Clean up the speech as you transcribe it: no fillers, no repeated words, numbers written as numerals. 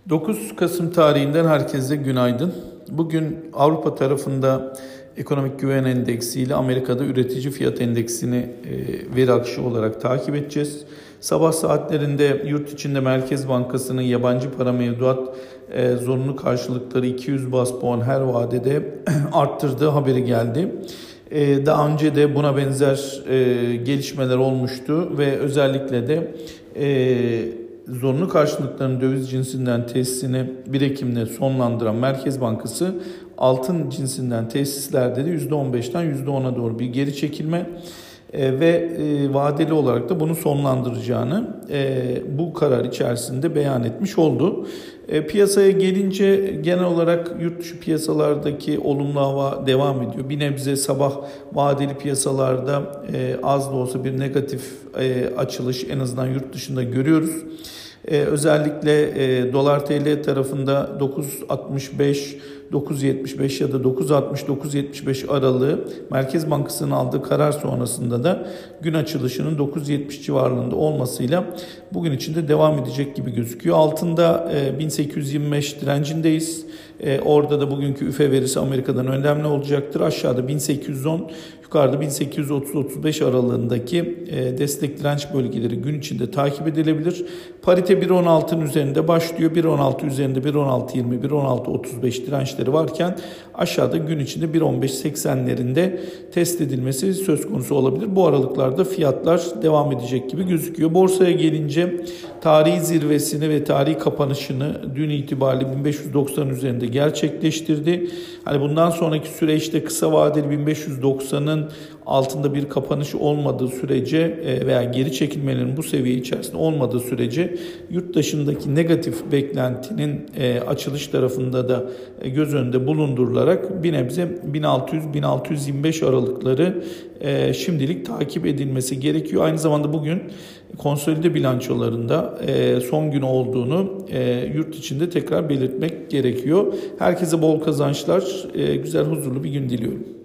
9 Kasım tarihinden herkese günaydın. Bugün Avrupa tarafında ekonomik güven endeksi ile Amerika'da üretici fiyat endeksini veri akışı olarak takip edeceğiz. Sabah saatlerinde yurt içinde Merkez Bankası'nın yabancı para mevduat zorunlu karşılıkları 200 bas puan her vadede arttırdığı haberi geldi. Daha önce de buna benzer gelişmeler olmuştu ve özellikle de zorunlu karşılıkların döviz cinsinden tesisini 1 Ekim'de sonlandıran Merkez Bankası altın cinsinden tesislerde de %15'ten %10'a doğru bir geri çekilme ve vadeli olarak da bunu sonlandıracağını bu karar içerisinde beyan etmiş oldu. Piyasaya gelince genel olarak yurt dışı piyasalardaki olumlu hava devam ediyor. Bir nebze sabah vadeli piyasalarda az da olsa bir negatif açılış en azından yurt dışında görüyoruz. Özellikle dolar TL tarafında 9.65, 9.75 ya da 9.60-9.75 aralığı Merkez Bankası'nın aldığı karar sonrasında da gün açılışının 9.70 civarında olmasıyla bugün içinde devam edecek gibi gözüküyor. Altında 1825 direncindeyiz. Orada da bugünkü üfe verisi Amerika'dan önemli olacaktır. Aşağıda 1810, yukarıda 1830-35 aralığındaki destek direnç bölgeleri gün içinde takip edilebilir. Parite 1.16'ın üzerinde başlıyor. 1.16 üzerinde 1.16.20, 1.16.35 dirençleri varken aşağıda gün içinde 1.15.80'lerinde test edilmesi söz konusu olabilir. Bu aralıklarda fiyatlar devam edecek gibi gözüküyor. Borsaya gelince tarihi zirvesini ve tarihi kapanışını dün itibariyle 1590'ın üzerinde gerçekleştirdi. Hani bundan sonraki süreçte kısa vadeli 1590'ın altında bir kapanış olmadığı sürece veya geri çekilmelerin bu seviye içerisinde olmadığı sürece yurt dışındaki negatif beklentinin açılış tarafında da göz önünde bulundurularak bir nebze 1600-1625 aralıkları şimdilik takip edilmesi gerekiyor. Aynı zamanda bugün konsolide bilançolarında son gün olduğunu yurt içinde tekrar belirtmek gerekiyor. Herkese bol kazançlar, güzel huzurlu bir gün diliyorum.